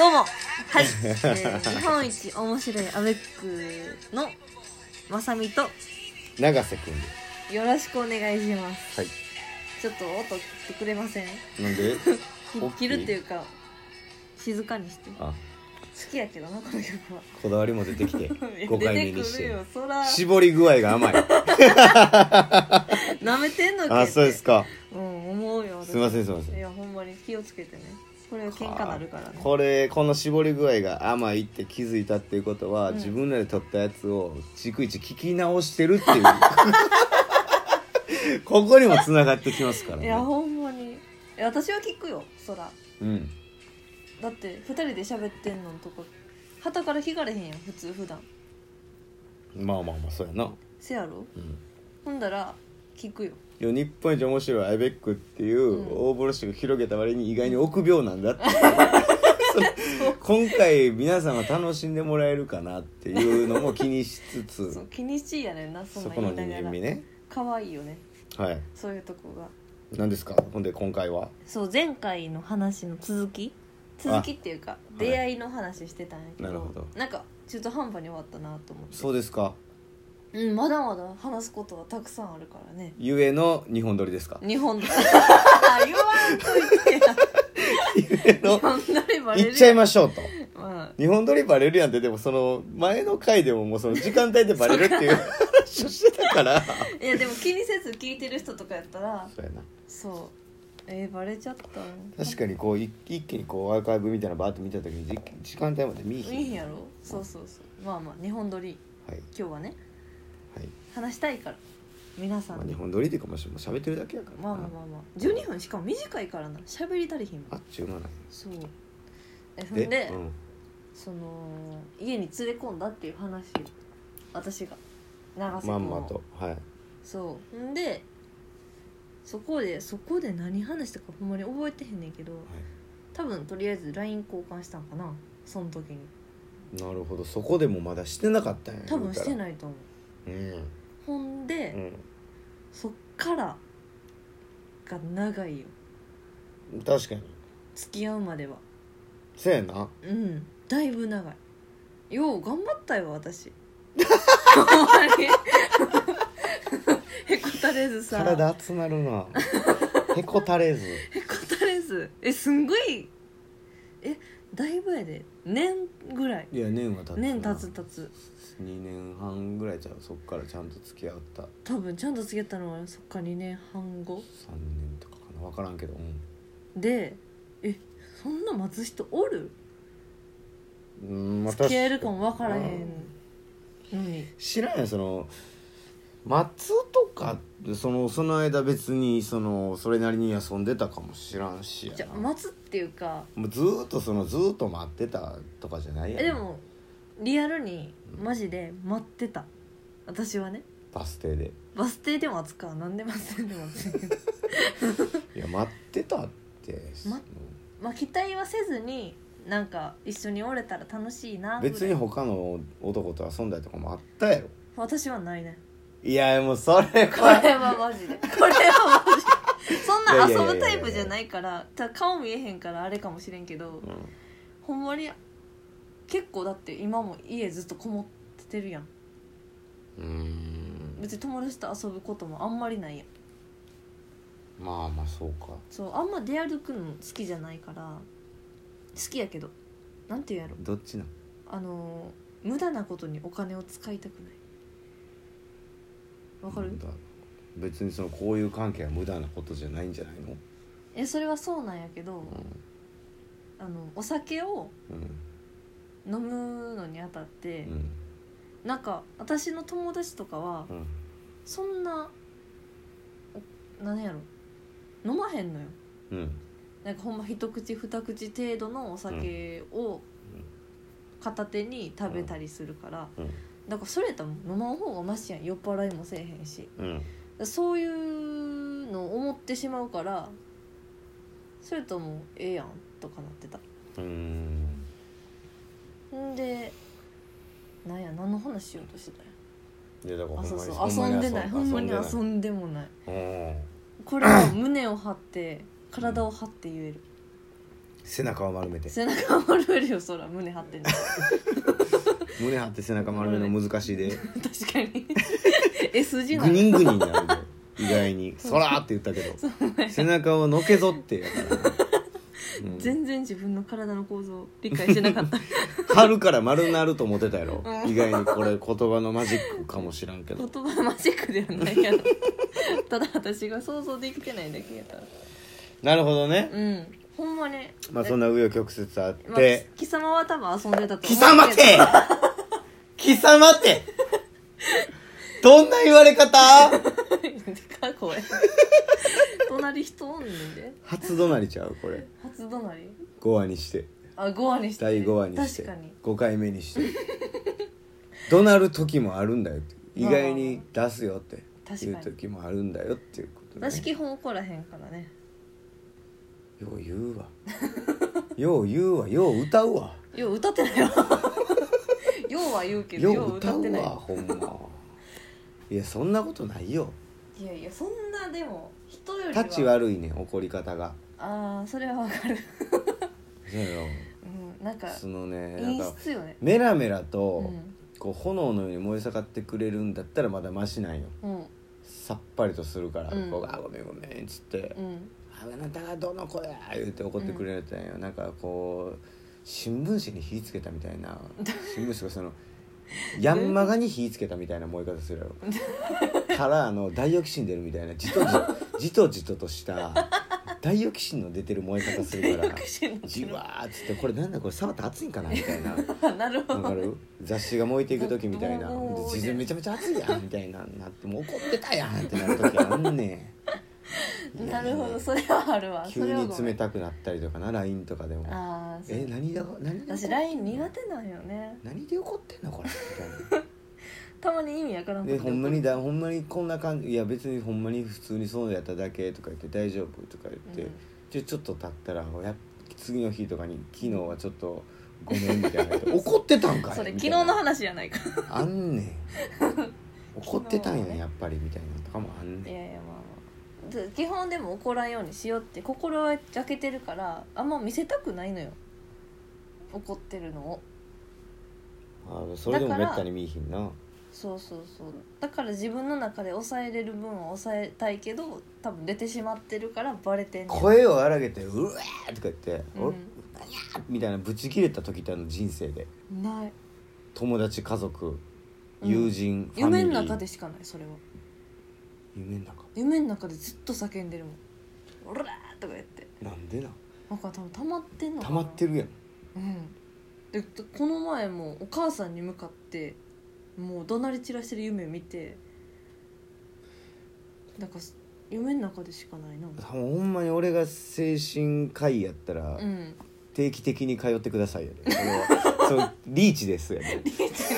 どうもはい、日本一面白いアベックのまさみと永瀬くんでよろしくお願いします。 はい。 ちょっと音切ってくれません？ なんで切るっていうか静かにして。 あ、 好きやけどなこの曲は。 こだわりも出てきて5回目にして絞り具合が甘いなめてんのけって。 あ、そうですか。 思うよ。 すいませんすいません。 いやほんまに気をつけてね。これは喧嘩なるからね。 この絞り具合が甘いって気づいたっていうことは、自分らで撮ったやつを逐一聞き直してるっていうここにも繋がってきますからね。 いやほんまに私は聞くよそら。 うんだって2人で喋ってんのとか旗から聞かれへんやん普段。 まあそうやな。 せやろ、 うん、 ほんだら聞くよ。 いや日本一面白いアイベックっていう大風呂敷を広げた割に意外に臆病なんだって今回皆さんは楽しんでもらえるかなっていうのも気にしつつそう気にしいやねんな。そんなそこの人間味ね。 可愛いよね。 はい。 そういうとこが。 何ですか。ほんで今回はそう前回の話の続きっていうか出会いの話してたんやけど、 なるほど。 なんか中途半端に終わったなと思って。 そうですか。 まだまだ話すことはたくさんあるからね。 ゆえの日本撮りですか。 日本撮り言わんといてやゆえの行っちゃいましょうと、日本撮りバレるやんって。でもその前の回でももうその時間帯でバレるっていう話をしてたからいやでも気にせず聞いてる人とかやったらそうやな。 そうバレちゃった。 確かにこう一気にこうアーカイブみたいなバーって見た時に時間帯まで見えへん。 見えへんやろ。そうまあ日本撮り、 はい、 今日はね、 はい、 話したいから皆さん、 日本撮りっていうかもう喋ってるだけやから。 まあ12分しかも短いからな。喋り足りひんもん。 あっちゅうまない。 そうほんで、その家に連れ込んだっていう話、私が長瀬君をまんまと。はい。 そうほんでそこで何話したかほんまに覚えてへんねんけど、はい、多分とりあえず LINE 交換したんかなその時に。 なるほど。そこでもまだしてなかったんや。 多分してないと思う。ほんで、そっからが長いよ。 確かに付き合うまでは。 そうやな。 だいぶ長い。よう頑張ったよ私ほんまにへこたれずさ。 体熱なるなへこたれずすんごいだいぶやで。年ぐらい。 いや年は経つな。 年経つ 2年半ぐらいちゃう。そっからちゃんと付き合った。 多分ちゃんと付き合ったのはそっか2年半後 3年とかかな分からんけど、 でそんな待つ人おる？ まあ、 付き合えるかも分からへんのに知らんやん。その待つとかその間別にそれなりに遊んでたかもしらんしやな。 じゃあ待つっていうかもうずーっと待ってたとかじゃないやん。 でもリアルにマジで待ってた、私はね。 バス停でも待つか。なんでバス停でも待ついや待ってたって、 まあ期待はせずになんか一緒におれたら楽しいなぐらい。 別に他の男と遊んだりとかもあったやろ。 私はないね。 いやもうそれこれはマジでそんな遊ぶタイプじゃないから。顔見えへんからあれかもしれんけど、ほんまに結構だって今も家ずっとこもっててるやん。別に友達と遊ぶこともあんまりないやん。 まあそうか。 そうあんま出歩くの好きじゃないから。好きやけどなんて言うやろ。 どっちなん？ 無駄なことにお金を使いたくない。わかる？ 別にこういう関係は無駄なことじゃないんじゃないの？ それはそうなんやけど、お酒を飲むのにあたって、なんか私の友達とかは、そんな何やろ飲まへんのよ。なんかほんま一口二口程度のお酒を片手に食べたりするから、だからそれやったら飲まん方がマシやん。酔っ払いもせえへんし、そういうのを思ってしまうから、それともええやんとかなってた。んで何の話しようとしてたんや。 いやだから遊んでない。ほんまに遊んでもない。これは胸を張って体を張って言える。 背中を丸めて背中を丸めるよ。そら胸張ってんの胸張って背中丸めるの難しいで確かにS 字なグニングニンになるで意外に「そら!」って言ったけど背中をのけぞってやから、 全然自分の体の構造を理解してなかった春から丸なると思ってたやろ、意外にこれ言葉のマジックかもしらんけど言葉のマジックではないやろただ私が想像できてないだけやから。 なるほどね。 ほんまにまあそんな紆余曲折あって、 貴様は多分遊んでたと思うけど。 貴様って貴様ってどんな言われ方かこれ隣人おんねんで。 初隣ちゃうこれ。 初隣 5話にして 5話にして第5話にして確かに 5回目にして怒鳴る時もあるんだよって意外に出すよっていう時もあるんだよっていうことね。 私基本怒らへんからね。 よう言うわよう言うわよう歌うわよう歌ってないわようは言うけどよう歌うわほんまいやそんなことないよ。 いやいやそんなでも人よりは立ち悪いね怒り方が。 ああそれはわかるそうよ、 なんかそのね演出よね。 メラメラと、こう炎のように燃え盛ってくれるんだったらまだマシなんよ、さっぱりとするから、こうあごめんごめんっつって、あなたがどの子や言って怒ってくれるってんよ、なんかこう新聞紙に火つけたみたいな新聞紙がそのヤンマガに火つけたみたいな燃え方するやろからダイオキシン出るみたいなじとじととしたダイオキシンの出てる燃え方するからじわーっつってこれなんだこれ触って熱いんかなみたいななるほど。 わかる雑誌が燃えていく時みたいな自然めちゃめちゃ熱いやんみたいななってもう怒ってたやんってなる時あんねんなるほどそれはあるわ。 急に冷たくなったりとかな LINE とかでも何で私 LINE 苦手なんよね。 何で怒ってんのこれみたいなたまに意味わからんでほんまにこんな感じいや別にほんまに普通にそうやっただけとか言って大丈夫とか言って、ちょっと経ったら次の日とかに昨日はちょっとごめんみたいな怒ってたんかいそれ昨日の話じゃないかあんねん怒ってたんややっぱりみたいなとかもあんねん。 いやいやまあ基本でも怒らんようにしようって心はがけてるからあんま見せたくないのよ怒ってるのを。 それでもめったに見えひんな。 そうだから自分の中で抑えれる分は抑えたいけど多分出てしまってるからバレてんねん。 声を荒げてうわーとか言って、何やみたいなブチ切れた時って人生でない。 友達家族友人、ファミリー夢の中でしかない。それは夢の中でずっと叫んでるもんオラーとか言って。 なんでななんか多分溜まってんのかな。 溜まってるやん。 でこの前もお母さんに向かってもう怒鳴り散らしてる夢見てなんか夢の中でしかないな。 ほんまに俺が精神科医やったら、定期的に通ってくださいやで、そのリーチですやで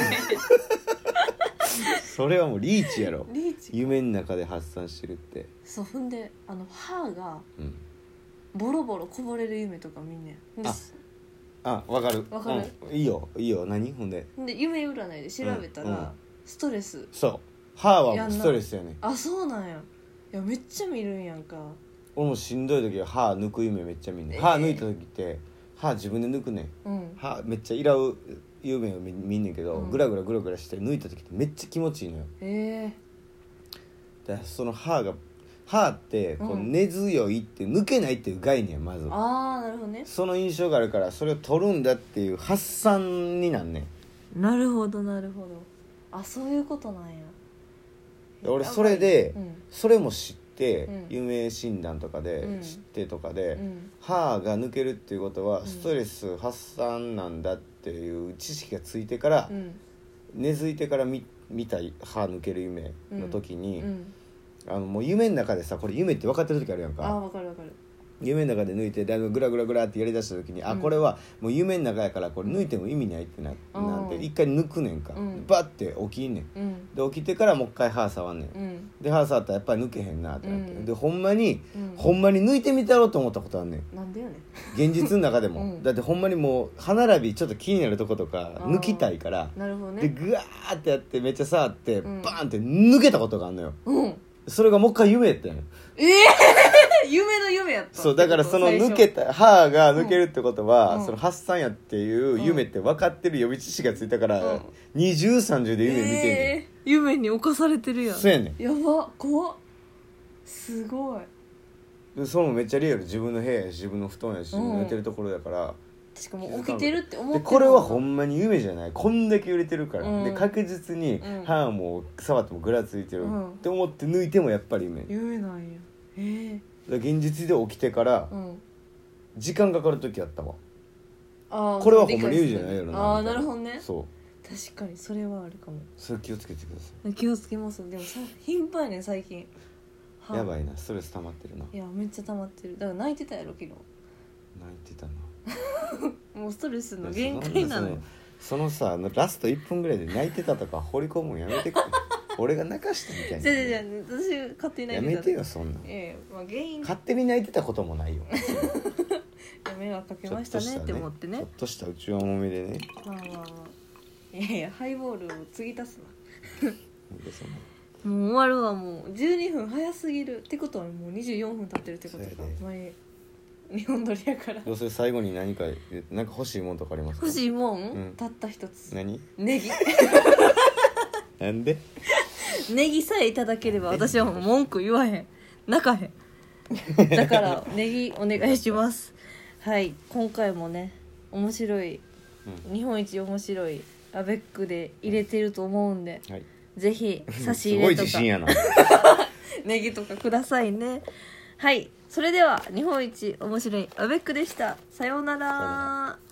それはもうリーチやろ。 リーチ夢の中で発散してるって。 そうほんで歯がボロボロこぼれる夢とか見んねん。 わかる、いいよ何ほんで夢占いで調べたら、ストレス。 そう歯はストレスやね。 そうなんや。いやめっちゃ見るんやんか。 俺もしんどい時は歯抜く夢めっちゃ見んねん、歯抜いた時って歯自分で抜くねん、歯めっちゃいらう夢を見んねんけど、グラグラして抜いた時ってめっちゃ気持ちいいのよ。だからその歯ってこう根強いって抜けないっていう概念まず。 なるほどね。 その印象があるからそれを取るんだっていう発散になんねん。なるほどそういうことなんや。 俺それで、それも知って、夢診断とかで知ってとかで、歯が抜けるっていうことはストレス発散なんだっていう知識がついてから、根付いてから見た歯抜ける夢の時に、もう夢の中でさこれ夢って分かってる時あるやんか。 分かる夢の中で抜いてだいぶグラグラってやりだした時に、これはもう夢の中やからこれ抜いても意味ないってなんて一回抜くねんか、バッて起きんねん、で起きてからもう一回歯触んねん、で歯触ったらやっぱり抜けへんなってなって、でほんまに抜いてみたろうと思ったことあんねん。 なんでやねん現実の中でも、だってほんまにもう歯並びちょっと気になるとことか抜きたいから、 なるほどね。 でグワーってやってめっちゃ触って、バーンって抜けたことがあんのよ、それがもう一回夢やったんよ。 夢の夢やったそうだからその抜けた歯が抜けるってことは、 うん、 その発散やっていう夢って分かってる予備知識がついたから、二重三重で夢見てんねん、 夢に侵されてるやん。 そうやねん。 やば怖っ、すごい。 でそれもめっちゃリアル、自分の部屋やし自分の布団やし自分の寝てるところだから、 確かもう起きてるって思ってでこれはほんまに夢じゃない、こんだけ売れてるから、で確実にうん歯も触ってもぐらついてる、って思って抜いてもやっぱり夢なんや。 だ現実で起きてから時間かかる時あったわ、 あこれはほんまに夢じゃないやろな。 ああなるほどね。 そう確かにそれはあるかも。 それ気をつけてくださ気をつけます。でもさ頻繁やねん最近。 い。やばいな、ストレス溜まってるな。 いやめっちゃ溜まってる。だから泣いてたやろ昨日。 泣いてたな。 もうストレスの限界なのよ。 そのさラスト1分ぐらいで泣いてたとか放り込むのやめてくれ。俺が泣かしたみたいな。 じゃ私勝手に泣いてた。 やめてよそんな。 まあ、原因勝手に泣いてたこともないよ。 迷惑かけましたねって思ってね。 ちょっとした内輪もめでね。 まあまあまあ。いやハイボールを継ぎ足すな。もう終わるわ。もう12分早すぎるってことはもう24分経ってるってことか。前日本撮りやから。 どうする最後に何か欲しいもんとかありますか？ 欲しいもん、たった一つ。 何？ ネギ。 なんで？ ネギさえいただければ私はもう文句言わへん、泣かへん。だからネギお願いします。はい、今回もね面白い、日本一面白いアベックで入れてると思うんで、ぜひ差し入れとかすごい自信やな。 ネギとかくださいね。はい、それでは日本一面白いアベックでした。さようなら。